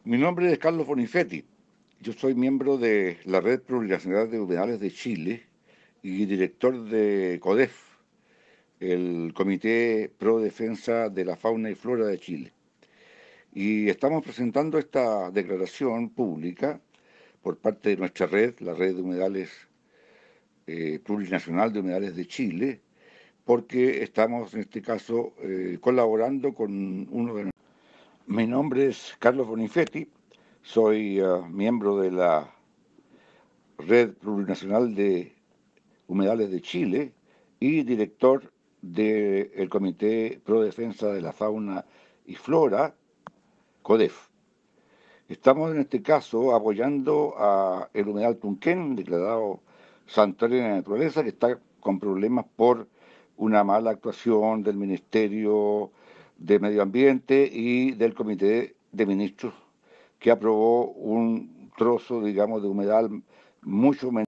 Mi nombre es Carlos Bonifetti. Yo soy miembro de la Red Plurinacional de Humedales de Chile y director de CODEF, el Comité Pro Defensa de la Fauna y Flora de Chile. Y estamos presentando esta declaración pública por parte de nuestra red, la Red de Humedales Plurinacional de Humedales de Chile, porque estamos en este caso colaborando con uno de... Mi nombre es Carlos Bonifetti, soy miembro de la Red Plurinacional de Humedales de Chile y director del Comité Pro Defensa de la Fauna y Flora, CODEF. Estamos en este caso apoyando a el humedal Punquén, declarado santuario de la naturaleza, que está con problemas por una mala actuación del Ministerio de Medio Ambiente y del Comité de Ministros, que aprobó un trozo, digamos, de humedal mucho menor